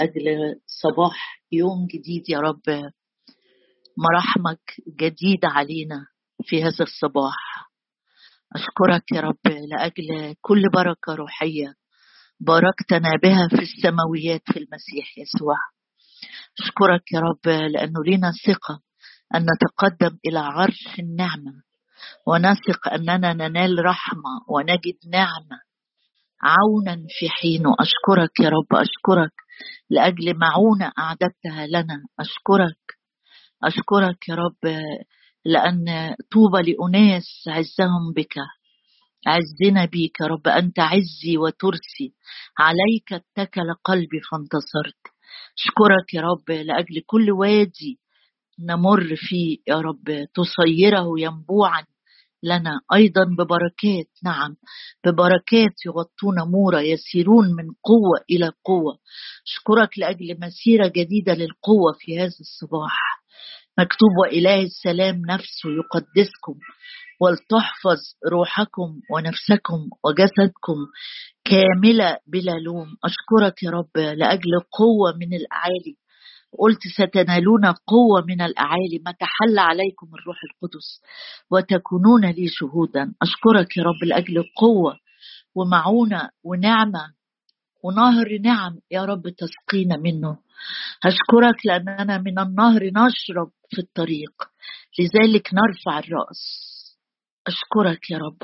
أجل صباح يوم جديد يا رب، مراحمك جديدة علينا في هذا الصباح. أشكرك يا رب لأجل كل بركة روحية باركتنا بها في السماويات في المسيح يسوع. أشكرك يا رب لأنه لنا ثقة أن نتقدم إلى عرش النعمة، ونثق أننا ننال رحمة ونجد نعمة عونا في حينه. أشكرك يا رب، أشكرك لأجل معونة أعددتها لنا. أشكرك يا رب لأن طوبى لأناس عزهم بك. عزنا بيك يا رب، أنت عزي وترسي، عليك اتكل قلبي فانتصرت. أشكرك يا رب لأجل كل وادي نمر فيه يا رب تصيره ينبوعا لنا أيضا ببركات. نعم، ببركات يغطون مورا، يسيرون من قوة إلى قوة. أشكرك لأجل مسيرة جديدة للقوة في هذا الصباح. مكتوب وإله السلام نفسه يقدسكم ولتحفظ روحكم ونفسكم وجسدكم كاملة بلا لوم. أشكرك يا رب لأجل قوة من الأعالي. قلت ستنالون قوة من الأعالي ما تحل عليكم الروح القدس وتكونون لي شهودا. أشكرك يا رب لأجل قوة ومعونة ونعمة ونهر نعم يا رب تسقينا منه. أشكرك لأننا من النهر نشرب في الطريق، لذلك نرفع الرأس. أشكرك يا رب،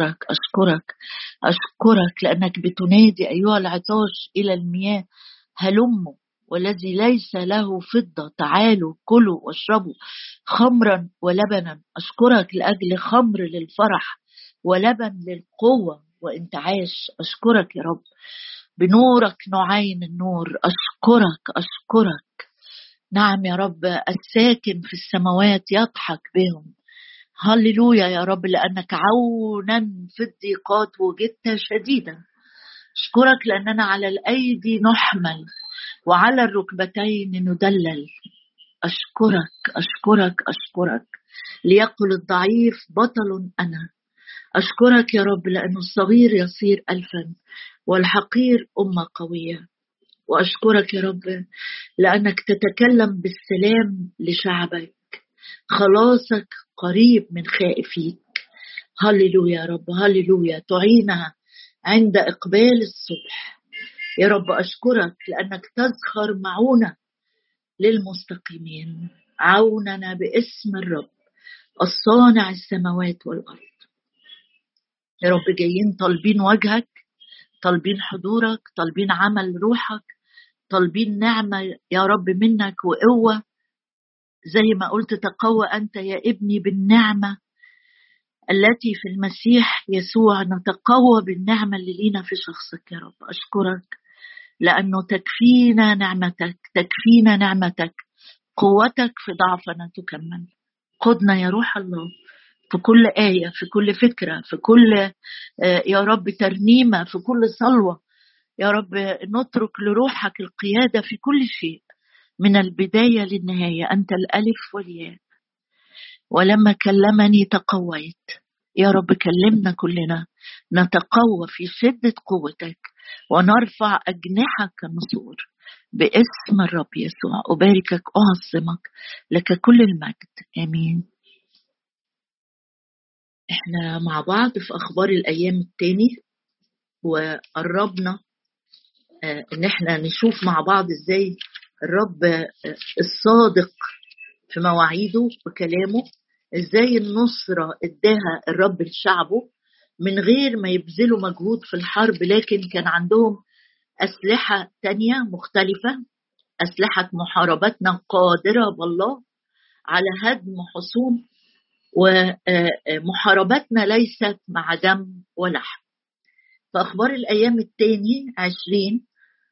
أشكرك لأنك بتنادي أيها العطاش إلى المياه هلموا، والذي ليس له فضة تعالوا كلوا واشربوا خمرا ولبنا. أشكرك لأجل خمر للفرح ولبن للقوة وانتعاش. أشكرك يا رب بنورك نعين النور. أشكرك. نعم يا رب، الساكن في السماوات يضحك بهم. هللويا يا رب لأنك عونا في الضيقات وجدت شديدا. أشكرك لأننا على الأيدي نحمل وعلى الركبتين ندلل. أشكرك ليقل الضعيف بطل أنا. أشكرك يا رب لأن الصغير يصير ألفا والحقير أمة قوية. وأشكرك يا رب لأنك تتكلم بالسلام لشعبك، خلاصك قريب من خائفيك. هللويا يا رب، هللويا. تعينها عند إقبال الصبح يا رب. أشكرك لأنك تزخر معونة للمستقيمين. عوننا باسم الرب الصانع السماوات والأرض. يا رب جايين طالبين وجهك، طالبين حضورك، طالبين عمل روحك، طالبين نعمة يا رب منك وقوة. زي ما قلت تقوى أنت يا ابني بالنعمة التي في المسيح يسوع. نتقوى بالنعمة اللي لينا في شخصك يا رب. أشكرك لأنه تكفينا نعمتك، قوتك في ضعفنا تكمل. قدنا يا روح الله في كل آية، في كل فكرة، في كل يا رب ترنيمة، في كل صلوة يا رب. نترك لروحك القيادة في كل شيء من البداية للنهاية. أنت الألف والياء، ولما كلمني تقويت. يا رب كلمنا كلنا نتقوى في شدة قوتك ونرفع أجنحة كالنسور باسم الرب يسوع. أباركك أعظمك، لك كل المجد. آمين. احنا مع بعض في أخبار الأيام التاني، وقربنا ان احنا نشوف مع بعض ازاي الرب الصادق في مواعيده وكلامه، ازاي النصرة اداها الرب لشعبه من غير ما يبذلوا مجهود في الحرب، لكن كان عندهم أسلحة تانية مختلفة. أسلحة محاربتنا قادرة بالله على هدم حصون، ومحاربتنا ليست مع دم ولحم. فأخبار الأيام التاني 20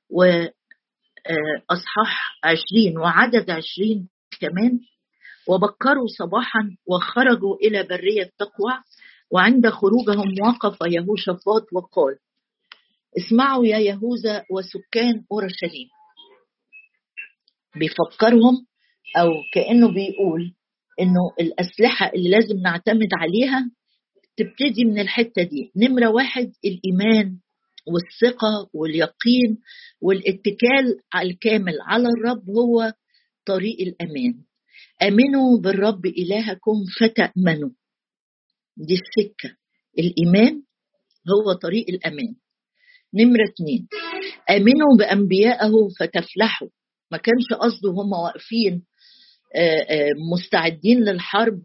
وأصحاح 20 وعدد 20 كمان. وبكروا صباحا وخرجوا إلى برية تقوى، وعند خروجهم وقف يهوشافاط وقال: اسمعوا يا يهوذا وسكان أورشليم. بيفكرهم أو كأنه بيقول إنه الأسلحة اللي لازم نعتمد عليها تبتدي من الحتة دي. نمرة 1 الإيمان والثقة واليقين والاتكال الكامل على الرب هو طريق الأمان. آمنوا بالرب إلهكم فتأمنوا، دي السكة. الإيمان هو طريق الأمان. نمرة 2، آمنوا بأنبيائه فتفلحوا. ما كانش قصده هم واقفين مستعدين للحرب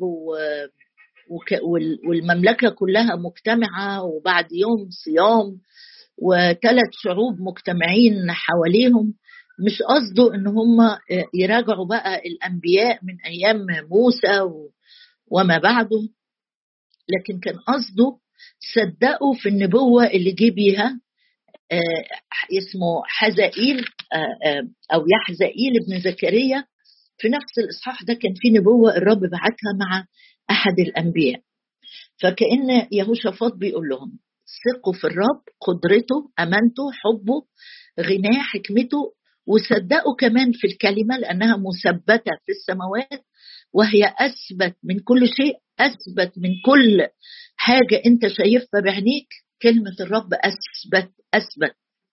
والمملكة كلها مجتمعة وبعد يوم صيام و3 شعوب مجتمعين حواليهم. مش قصده ان هم يراجعوا بقى الأنبياء من أيام موسى وما بعده، لكن كان قصده صدقوا في النبوة اللي جه بيها اسمه حزائيل أو يحزائيل ابن زكريا. في نفس الإصحاح ده كان في نبوة الرب بعتها مع أحد الأنبياء. فكأن يهوشافاط بيقول لهم ثقوا في الرب، قدرته، أمانته، حبه، غناه، حكمته، وصدقوا كمان في الكلمة لأنها مثبتة في السماوات وهي أثبت من كل شيء، أثبت من كل حاجة أنت شايفها بعينيك. كلمة الرب أثبت.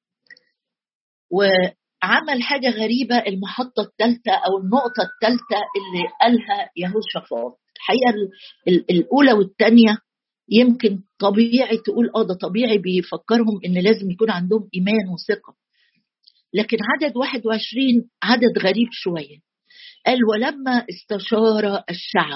وعمل حاجة غريبة، المحطة الثالثة أو النقطة الثالثة اللي قالها يهوشافاط. الحقيقة الأولى والثانية يمكن طبيعي تقول ده طبيعي، بيفكرهم إن لازم يكون عندهم إيمان وثقة. لكن عدد 21 عدد غريب شوية. قال ولما استشار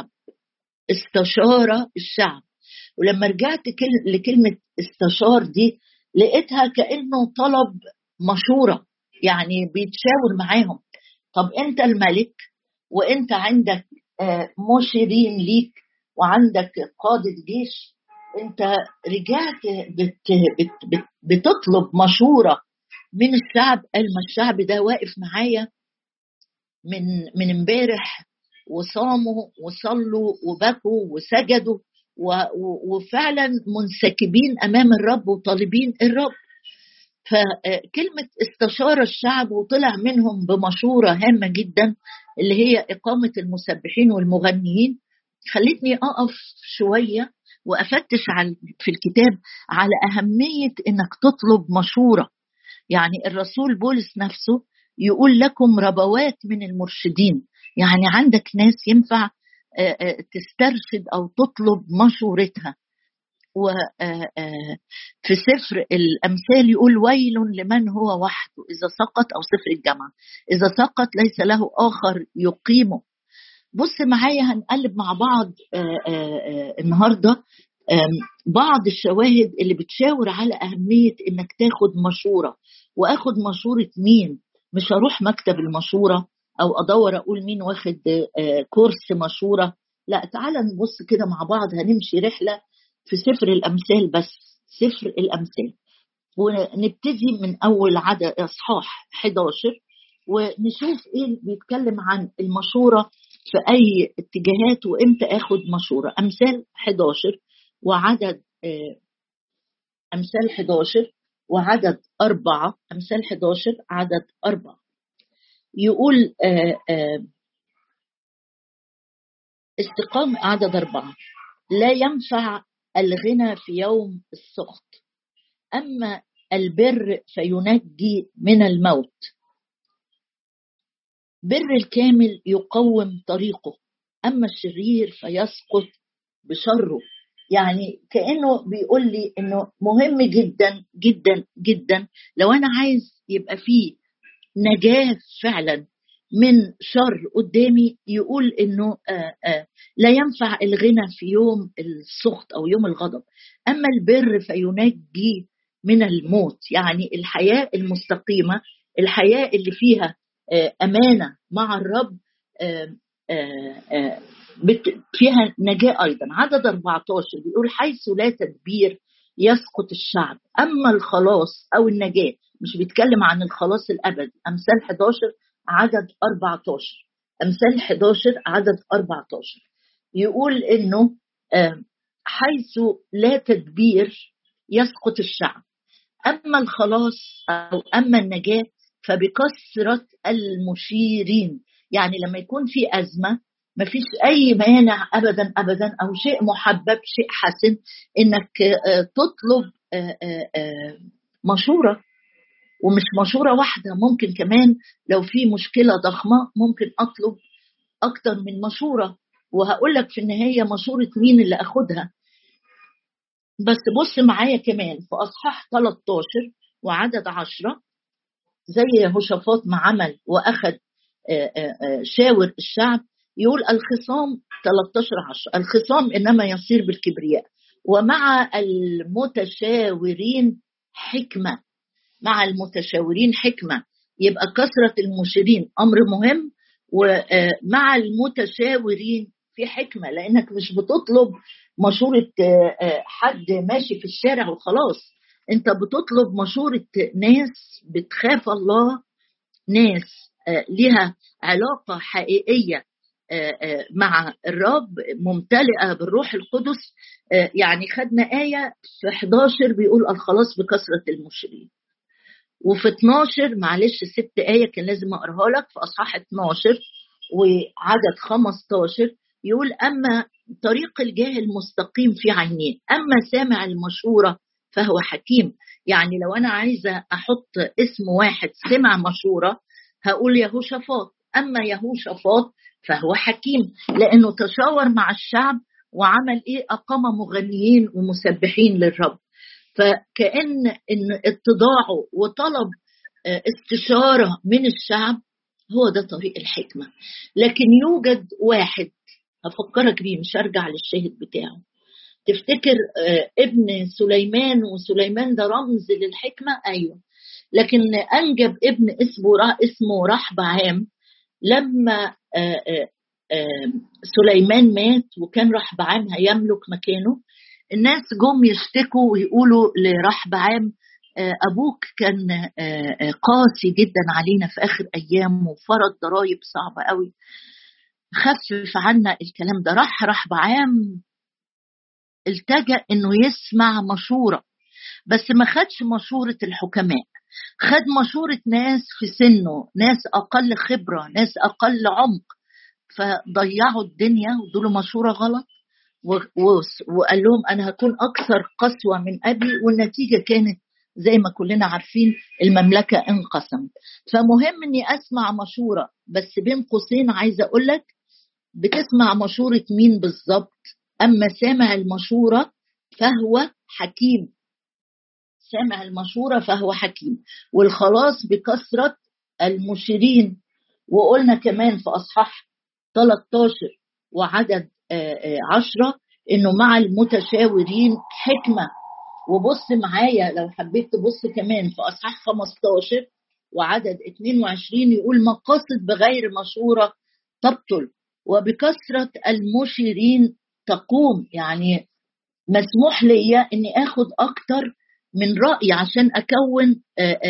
الشعب. ولما رجعت لكلمة استشار دي لقيتها كأنه طلب مشورة، يعني بيتشاور معاهم. طب انت الملك وانت عندك مشيرين ليك وعندك قادة جيش، انت رجعت بتطلب مشورة من الشعب. قال ما الشعب ده واقف معايا من امبارح وصاموا وصلوا وبكوا وسجدوا وفعلا منسكبين أمام الرب وطالبين الرب. فكلمة استشار الشعب وطلع منهم بمشورة هامة جدا اللي هي إقامة المسبحين والمغنيين. خلتني أقف شوية وأفتش في الكتاب على أهمية إنك تطلب مشورة. يعني الرسول بولس نفسه يقول لكم ربوات من المرشدين، يعني عندك ناس ينفع تسترشد أو تطلب مشورتها. وفي سفر الأمثال يقول ويل لمن هو وحده إذا سقط، أو سفر الجامعة إذا سقط ليس له آخر يقيمه. بص معايا هنقلب مع بعض النهاردة بعض الشواهد اللي بتشاور على أهمية إنك تاخد مشورة. وأخد مشورة مين؟ مش هروح مكتب المشورة أو أدور أقول مين واخد كورس مشورة، لا، تعال نبص كده مع بعض. هنمشي رحلة في سفر الأمثال، بس سفر الأمثال، ونبتدي من أول عدد إصحاح 11 ونشوف إيه بيتكلم عن المشورة في أي اتجاهات وإمتى أخد مشورة. أمثال 11 وعدد أمثال 11 وعدد 4. أمثال 11 عدد 4 يقول استقامة. عدد 4 لا ينفع الغنى في يوم السخط، أما البر فينجي من الموت. بر الكامل يقوم طريقه، أما الشرير فيسقط بشره. يعني كأنه بيقول لي إنه مهم جدا جدا جدا لو أنا عايز يبقى فيه نجاة فعلا من شر قدامي، يقول إنه لا ينفع الغنى في يوم السخط أو يوم الغضب، أما البر فينجي من الموت. يعني الحياة المستقيمة، الحياة اللي فيها أمانة مع الرب فيها نجاة أيضا. عدد 14 بيقول حيث لا تدبير يسقط الشعب، أما الخلاص أو النجاة. مش بيتكلم عن الخلاص الأبدي. أمثال 11 عدد 14. أمثال 11 عدد 14 يقول إنه حيث لا تدبير يسقط الشعب، أما الخلاص أو أما النجاة فبكثرة المشيرين. يعني لما يكون في أزمة ما فيش أي مانع أبدا أبدا، أو شيء محبب، شيء حسن إنك تطلب مشورة، ومش مشورة واحدة، ممكن كمان لو في مشكلة ضخمة ممكن أطلب أكتر من مشورة. وهقول لك في النهاية مشورة مين اللي أخدها. بس بص معايا كمان في أصحاح 13 وعدد 10، زي يهوشافاط ما عمل وأخذ شاور الشعب، يقول الخصام 13:10 الخصام إنما يصير بالكبرياء ومع المتشاورين حكمة. مع المتشاورين حكمة، يبقى كثرة المشيرين أمر مهم، ومع المتشاورين في حكمة، لأنك مش بتطلب مشورة حد ماشي في الشارع وخلاص، أنت بتطلب مشورة ناس بتخاف الله، ناس لها علاقة حقيقية مع الرب، ممتلئة بالروح القدس. يعني خدنا آية في 11 بيقول الخلاص بكثرة المشيرين، وفي 12 معلش 6 آية كان لازم أقرأها لك، في أصحاح 12 وعدد 15 يقول أما طريق الجاهل مستقيم في عينيه، أما سامع المشورة فهو حكيم. يعني لو أنا عايزة أحط اسم واحد سمع مشورة هقول يهوشافاط، أما يهوشافاط فهو حكيم لأنه تشاور مع الشعب وعمل إيه؟ أقام مغنيين ومسبحين للرب. فكأن إن اتضاعه وطلب استشارة من الشعب هو ده طريق الحكمة. لكن يوجد واحد هفكرك بيه، مش هرجع للشاهد بتاعه. تفتكر ابن سليمان، وسليمان ده رمز للحكمة؟ أيوة، لكن أنجب ابن اسمه رحبعام. لما سليمان مات وكان رحبعام هيملك مكانه، الناس جم يشتكوا ويقولوا لرحبعام أبوك كان قاسي جدا علينا في آخر أيام وفرض ضرائب صعبة قوي، خفف عنا الكلام ده. رحبعام التجأ إنه يسمع مشورة، بس ما خدش مشورة الحكماء، خد مشورة ناس في سنه، ناس أقل خبرة، ناس أقل عمق، فضيعوا الدنيا ودول مشورة غلط. وقال لهم أنا هكون أكثر قسوة من أبي، والنتيجة كانت زي ما كلنا عارفين، المملكة انقسمت. فمهم أني أسمع مشورة، بس بين قوسين عايزة أقول لك بتسمع مشورة مين بالظبط؟ أما سامع المشورة فهو حكيم، سامع المشورة فهو حكيم. والخلاص بكثرة المشيرين. وقلنا كمان في أصحاح 13 وعدد 10 إنه مع المتشاورين حكمة. وبص معايا لو حبيت تبص كمان في أصحاح 15 وعدد 22 يقول مقاصد بغير مشورة تبطل وبكثرة المشيرين تقوم. يعني مسموح لي إني أخذ أكتر من رأي عشان أكون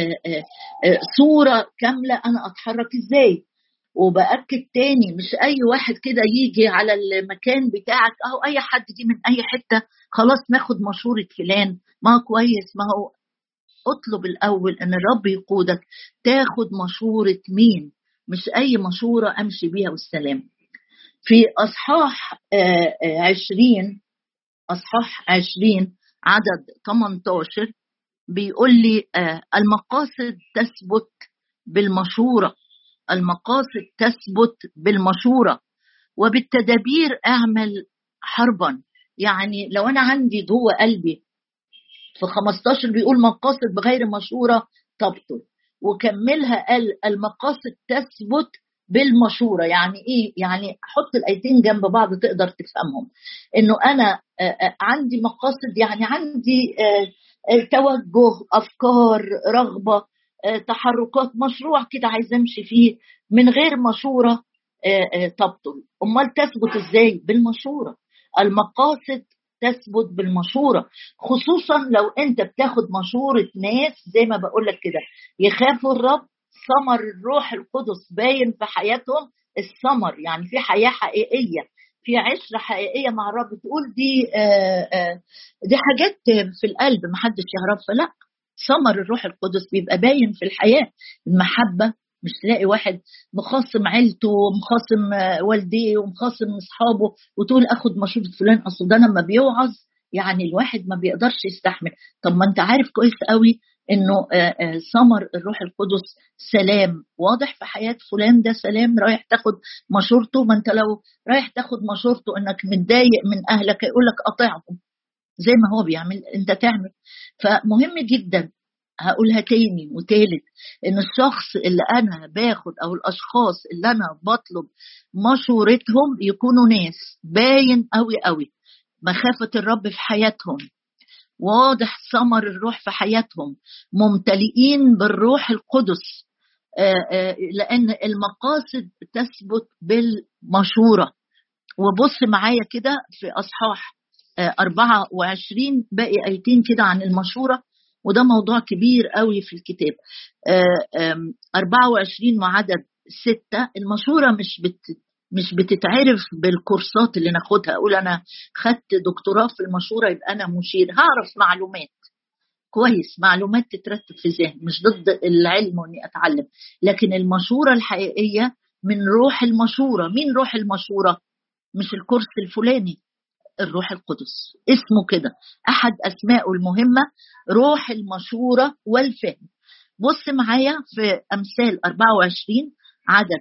صورة كاملة أنا أتحرك إزاي. وبأكد تاني مش أي واحد كده يجي على المكان بتاعك أو أي حد دي من أي حتة خلاص ناخد مشورة فلان، ما هو كويس، ما هو اطلب الأول أن الرب يقودك تاخد مشورة مين، مش أي مشورة أمشي بيها والسلام. في أصحاح 20 عدد 18 بيقول لي المقاصد تثبت بالمشورة، المقاصد تثبت بالمشورة وبالتدابير اعمل حربا. يعني لو أنا عندي جوه قلبي في 15 بيقول مقاصد بغير مشورة تبطل، وكملها قال المقاصد تثبت بالمشورة. يعني إيه؟ يعني حط الآيتين جنب بعض تقدر تفهمهم. إنه أنا عندي مقاصد، يعني عندي توجه، أفكار، رغبة، تحركات، مشروع كده عايز أمشي فيه، من غير مشورة تبطل. أمال تثبت إزاي؟ بالمشورة. المقاصد تثبت بالمشورة، خصوصا لو أنت بتاخد مشورة ناس زي ما بقولك كده يخافوا الرب، ثمر الروح القدس باين في حياتهم، الثمر يعني في حياة حقيقية، في عشرة حقيقية مع الرب، تقول دي حاجات في القلب محدش يعرفها. لا، ثمر الروح القدس بيبقى باين في الحياة. المحبة، مش تلاقي واحد مخاصم عيلته ومخاصم والديه ومخاصم اصحابه وتقول اخد مشورة فلان اصل ده لما بيوعظ يعني الواحد ما بيقدرش يستحمل. طب ما انت عارف كويس قوي انه ثمر الروح القدس سلام واضح في حياة فلان، ده سلام رايح تاخد مشورته. ما انت لو رايح تاخد مشورته انك متضايق من اهلك يقول لك قاطعهم، زي ما هو بيعمل انت تعمل. فمهم جدا، هقولها تاني وتالت، ان الشخص اللي انا باخد او الاشخاص اللي انا بطلب مشورتهم يكونوا ناس باين قوي قوي مخافة الرب في حياتهم، واضح ثمر الروح في حياتهم، ممتلئين بالروح القدس. لأن المقاصد تثبت بالمشورة. وبص معايا كده في أصحاح 24 باقي آيتين كده عن المشورة، وده موضوع كبير قوي في الكتاب. 24 وعدد 6. المشورة مش بتتعرف بالكورسات اللي ناخدها. اقول انا خدت دكتوراه في المشورة يبقى انا مشير. هعرف معلومات كويس، معلومات تترتب في ذهن، مش ضد العلم واني اتعلم، لكن المشورة الحقيقية من روح المشورة. مين روح المشورة؟ مش الكورس الفلاني، الروح القدس اسمه كده، احد اسمائه المهمة روح المشورة والفهم. بص معايا في امثال 24 عدد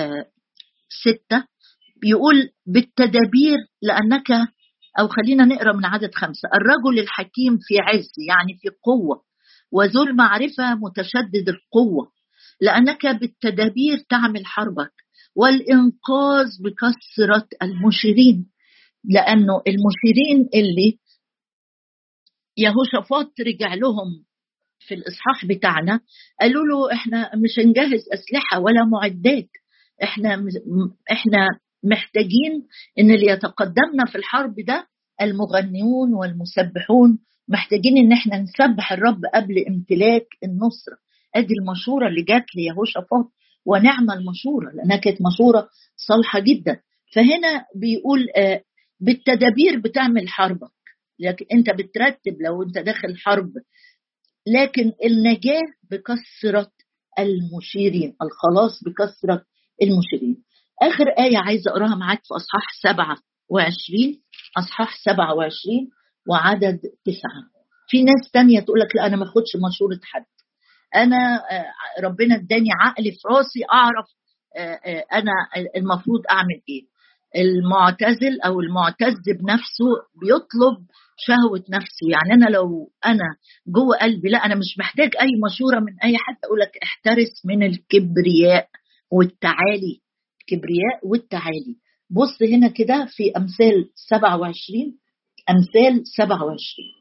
6 بيقول بالتدابير لأنك، أو خلينا نقرأ من عدد 5. الرجل الحكيم في عز، يعني في قوة، وذو المعرفة متشدد القوة، لأنك بالتدابير تعمل حربك، والإنقاذ بكثرة المشيرين. لأنه المشيرين اللي يهوشافاط رجع لهم في الإصحاح بتاعنا قالوا له احنا مش هنجهز أسلحة ولا معدات، احنا محتاجين ان اللي يتقدمنا في الحرب ده المغنيون والمسبحون، محتاجين ان احنا نسبح الرب قبل امتلاك النصرة. ادي المشورة اللي جات ليهوشافاط، ونعم المشورة لانها كانت مشورة صالحة جدا. فهنا بيقول بالتدابير بتعمل حربك، لكن انت بترتب لو انت داخل حرب، لكن النجاة بكثرة المشيرين، الخلاص بكثرة المشيرين. آخر آية عايزة أقراها معاك في أصحاح 27، أصحاح 27 وعدد 9. في ناس تانية تقول لك لا أنا ما أخدش مشورة حد، أنا ربنا اداني عقل في راسي أعرف أنا المفروض أعمل إيه. المعتزل أو المعتز بنفسه بيطلب شهوة نفسه. يعني أنا لو أنا جوه قلبي لا أنا مش محتاج أي مشورة من أي حد، أقول لك احترس من الكبرياء والتعالي. الكبرياء والتعالي. بص هنا كده في أمثال 27، أمثال 27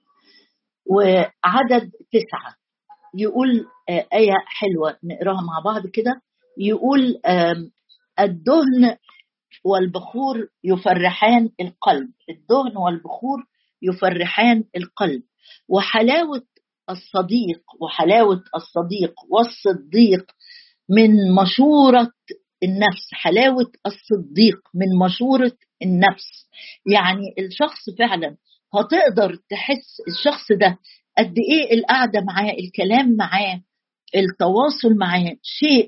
وعدد 9 يقول آية حلوة نقراها مع بعض كده. يقول الدهن والبخور يفرحان القلب، الدهن والبخور يفرحان القلب، وحلاوة الصديق، وحلاوة الصديق والصديق من مشورة النفس. حلاوة الصديق من مشورة النفس، يعني الشخص فعلا هتقدر تحس الشخص ده قد ايه القعدة معاه، الكلام معاه، التواصل معاه شيء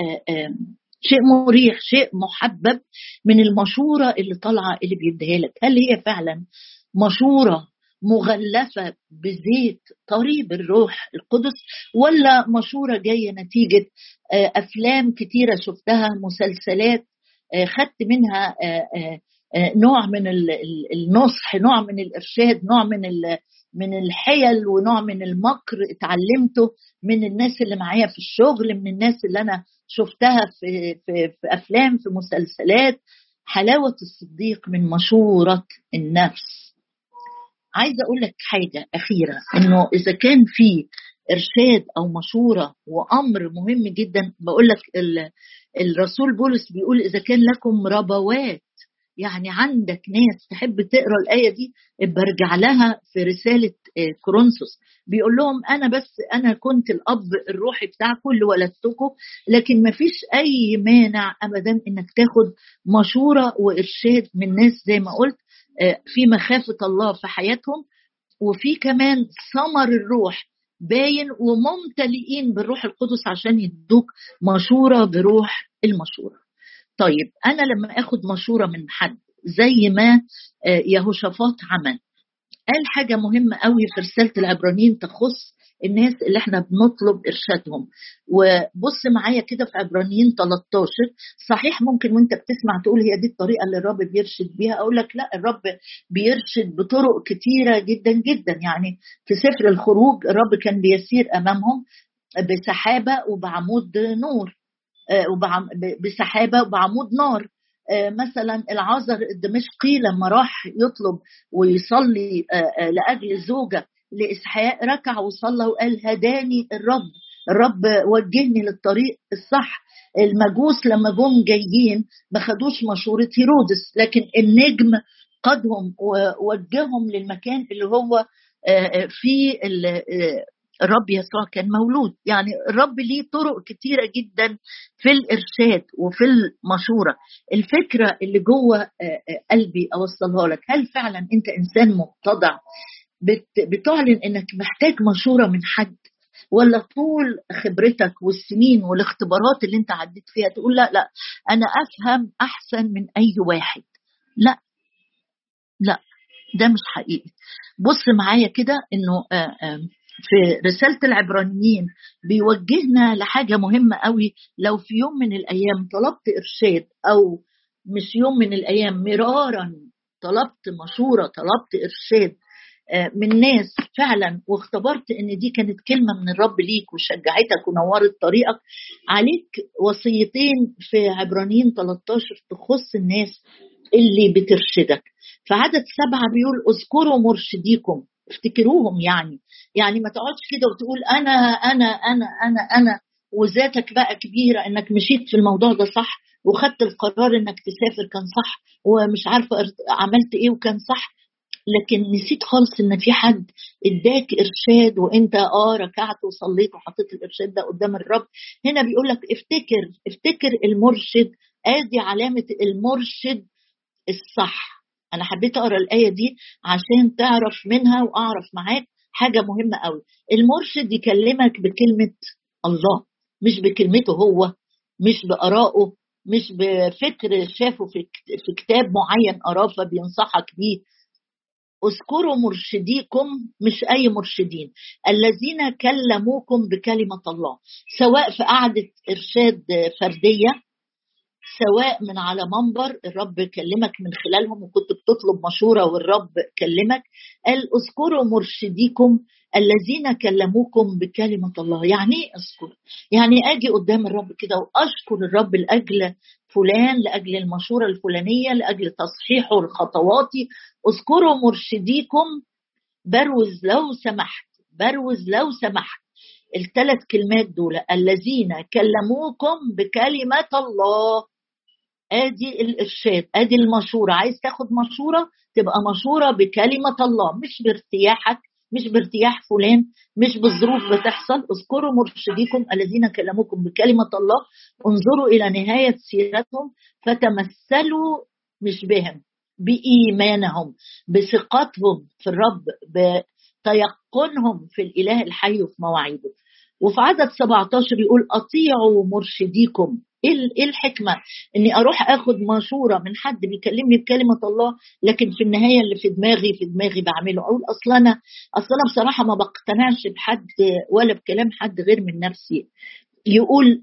شيء مريح، شيء محبب من المشورة اللي طالعة اللي بيديها لك. هل هي فعلا مشورة مغلفة بزيت طريب الروح القدس، ولا مشورة جاية نتيجة أفلام كتيرة شفتها، مسلسلات خدت منها نوع من النصح، نوع من الإرشاد، نوع من الحيل، ونوع من المكر اتعلمته من الناس اللي معايا في الشغل، من الناس اللي أنا شفتها في أفلام، في مسلسلات. حلاوة الصديق من مشورة النفس. عايزة أقول لك حاجة أخيرة، إنه إذا كان في إرشاد أو مشورة وأمر مهم جدا، بقول لك الرسول بولس بيقول إذا كان لكم ربوات، يعني عندك ناس تحب تقرأ الآية دي برجع لها في رسالة كورنثوس، بيقول لهم أنا كنت الأب الروحي بتاعكم اللي ولدتكم، لكن ما فيش أي مانع أبدا إنك تاخد مشورة وإرشاد من ناس زي ما قلت في مخافة الله في حياتهم، وفي كمان ثمر الروح باين وممتلئين بالروح القدس عشان يدوك مشورة بروح المشورة. طيب أنا لما أخد مشورة من حد زي ما يهوشافاط عمل، قال حاجة مهمة قوي في رسالة العبرانيين تخص الناس اللي احنا بنطلب إرشادهم. وبص معايا كده في عبرانيين 13. صحيح ممكن وانت بتسمع تقول هي دي الطريقة اللي الرب بيرشد بيها، أقول لك لا، الرب بيرشد بطرق كتيرة جدا جدا. يعني في سفر الخروج الرب كان بيسير أمامهم بسحابة وبعمود نور، بسحابة وبعمود نار. مثلا العازر الدمشقي لما راح يطلب ويصلي لأجل الزوجة لإسحاق، ركع وصلى وقال هداني الرب وجهني للطريق الصح. المجوس لما جم جايين ما خدوش مشورة هيرودس، لكن النجم قادهم ووجههم للمكان اللي هو فيه الرب يسوع كان مولود. يعني الرب ليه طرق كتيرة جدا في الإرشاد وفي المشورة. الفكرة اللي جوه قلبي أوصلها لك، هل فعلا أنت إنسان متضع بتعلن أنك محتاج مشورة من حد، ولا طول خبرتك والسنين والاختبارات اللي أنت عديت فيها تقول لا لا أنا أفهم أحسن من أي واحد؟ لا لا، ده مش حقيقي. بص معايا كده انه في رسالة العبرانيين بيوجهنا لحاجة مهمة قوي. لو في يوم من الأيام طلبت إرشاد، أو مش يوم من الأيام، مرارا طلبت مشورة، طلبت إرشاد من ناس فعلا، واختبرت ان دي كانت كلمة من الرب ليك وشجعتك ونورت طريقك، عليك وصيتين في عبرانيين 13 تخص الناس اللي بترشدك. في عدد 7 بيقول اذكروا مرشديكم، افتكروهم. يعني ما تقعدش كده وتقول انا وذاتك بقى كبيرة انك مشيت في الموضوع ده صح، وخدت القرار انك تسافر كان صح، ومش عارفة عملت ايه وكان صح، لكن نسيت خالص ان في حد اداك ارشاد وانت ركعت وصليت وحطيت الارشاد ده قدام الرب. هنا بيقول لك افتكر المرشد. ادي علامة المرشد الصح. انا حبيت اقرا الايه دي عشان تعرف منها واعرف معاك حاجه مهمه قوي. المرشد يكلمك بكلمه الله، مش بكلمته هو، مش بارائه، مش بفكر شافه في كتاب معين قراه فبينصحك بيه. اذكروا مرشديكم، مش اي مرشدين، الذين كلموكم بكلمه الله، سواء في قعده ارشاد فرديه، سواء من على منبر الرب كلمك من خلالهم وكنت بتطلب مشورة والرب كلمك. قال اذكروا مرشديكم الذين كلموكم بكلمة الله. يعني ايه اذكر؟ يعني اجي قدام الرب كده واشكر الرب لاجل فلان، لاجل المشورة الفلانية، لاجل تصحيحه لخطواتي. اذكروا مرشديكم، بروز لو سمحت الثلاث كلمات دول، الذين كلموكم بكلمة الله. ادي الارشاد، ادي المشوره. عايز تاخد مشوره تبقى مشوره بكلمه الله، مش بارتياحك، مش بارتياح فلان، مش بالظروف بتحصل. اذكروا مرشديكم الذين كلموكم بكلمه الله، انظروا الى نهايه سيرتهم فتمثلوا، مش بهم، بايمانهم، بثقتهم في الرب، بتيقنهم في الاله الحي وفي مواعيده. وفي عدد 17 يقول اطيعوا مرشديكم. ايه الحكمه اني اروح اخد مشوره من حد بيكلمني بكلمه الله، لكن في النهايه اللي في دماغي بعمله؟ اقول اصلا بصراحه ما بقتنعش بحد ولا بكلام حد غير من نفسي. يقول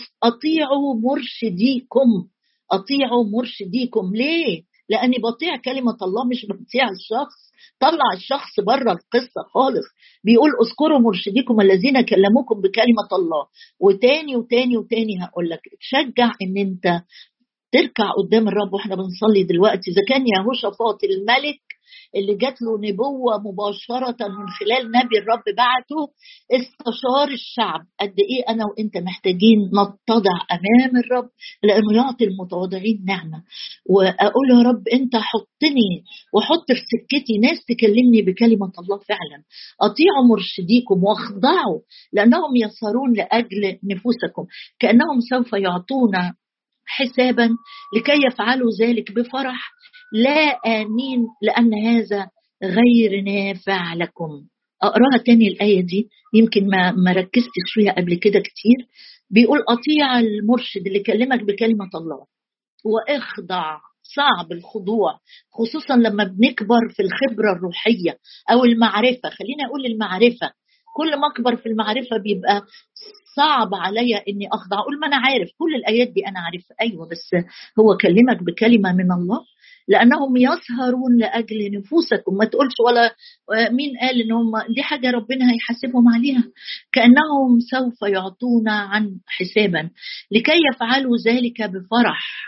اطيعوا مرشديكم. ليه؟ لاني بطيع كلمه الله، مش بطيع الشخص. طلع الشخص بره القصه خالص. بيقول اذكروا مرشديكم الذين كلموكم بكلمه الله. وتاني وتاني وتاني هقول لك تشجع ان انت تركع قدام الرب. واحنا بنصلي دلوقتي، اذا كان يهوشافاط الملك اللي جات له نبوة مباشرة من خلال نبي الرب بعته استشار الشعب، قد ايه انا وانت محتاجين نتضع امام الرب لانه يعطي المتواضعين نعمة. واقول يا رب انت حطني وحط في سكتي ناس تكلمني بكلمة الله فعلا. اطيعوا مرشديكم واخضعوا لانهم يسهرون لاجل نفوسكم، كانهم سوف يعطون حسابا لكي يفعلوا ذلك بفرح لا آمين، لأن هذا غير نافع لكم. أقراها تاني الآية دي، يمكن ما ركزتش فيها قبل كده كتير. بيقول أطيع المرشد اللي كلمك بكلمة الله واخضع. صعب الخضوع، خصوصا لما بنكبر في الخبرة الروحية أو المعرفة. خلينا أقول المعرفة، كل ما أكبر في المعرفة بيبقى صعب عليا إني أخضع. أقول ما أنا عارف كل الآيات دي، أنا عارف أيوة، بس هو كلمك بكلمة من الله، لأنهم يسهرون لأجل نفوسكم. ما تقولش ولا مين قال إن هم دي حاجة ربنا هيحاسبهم عليها، كأنهم سوف يعطون عن حسابا لكي يفعلوا ذلك بفرح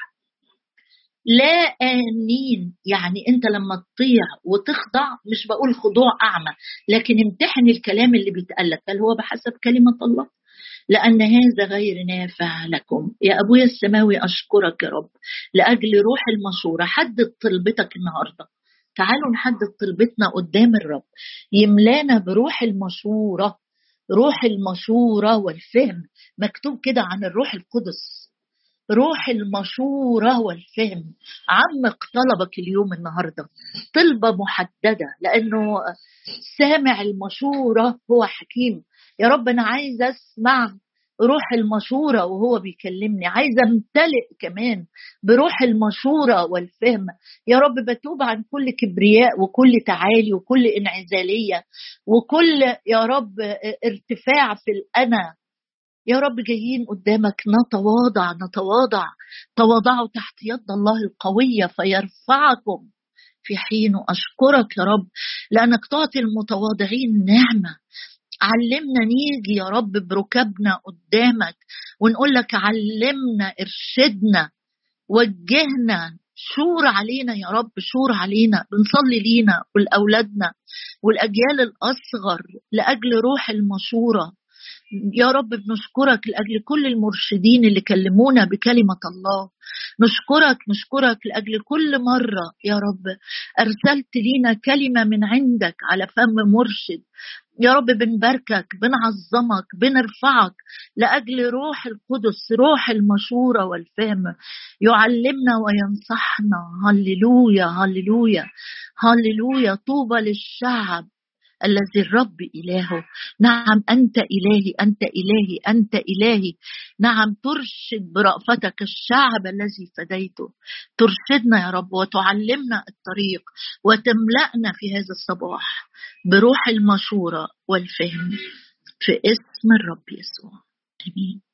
لا آمنين. يعني أنت لما تطيع وتخضع، مش بقول خضوع أعمى، لكن امتحن الكلام اللي بيتقالك هل هو بحسب كلمة الله، لأن هذا غير نافع لكم. يا أبويا السماوي أشكرك يا رب لأجل روح المشورة. حدد طلبتك النهاردة، تعالوا نحدد طلبتنا قدام الرب يملانا بروح المشورة. روح المشورة والفهم، مكتوب كده عن الروح القدس، روح المشورة والفهم. عمق طلبك اليوم النهاردة طلبة محددة، لأنه سامع المشورة هو حكيم. يا رب أنا عايز أسمع روح المشورة وهو بيكلمني، عايزة امتلئ كمان بروح المشورة والفهم. يا رب بتوب عن كل كبرياء وكل تعالي وكل انعزالية وكل يا رب ارتفاع في الأنا. يا رب جايين قدامك نتواضع نتواضع، تواضعوا تحت يد الله القوية فيرفعكم في حين. أشكرك يا رب لأنك تعطي المتواضعين نعمة. علمنا نيجي يا رب بركبنا قدامك ونقول لك علمنا، ارشدنا، وجهنا، شور علينا يا رب، شور علينا. بنصلي لينا ولأولادنا والأجيال الأصغر لأجل روح المشورة. يا رب بنشكرك لأجل كل المرشدين اللي كلمونا بكلمة الله. نشكرك لأجل كل مرة يا رب أرسلت لينا كلمة من عندك على فم مرشد. يا رب بنباركك، بنعظمك، بنرفعك لأجل روح القدس، روح المشورة والفهم يعلمنا وينصحنا. هللويا هللويا هللويا. طوبى للشعب الذي الرب إلهه. نعم أنت إلهي أنت إلهي أنت إلهي. نعم ترشد برأفتك الشعب الذي فديته. ترشدنا يا رب وتعلمنا الطريق وتملأنا في هذا الصباح بروح المشورة والفهم في اسم الرب يسوع. آمين.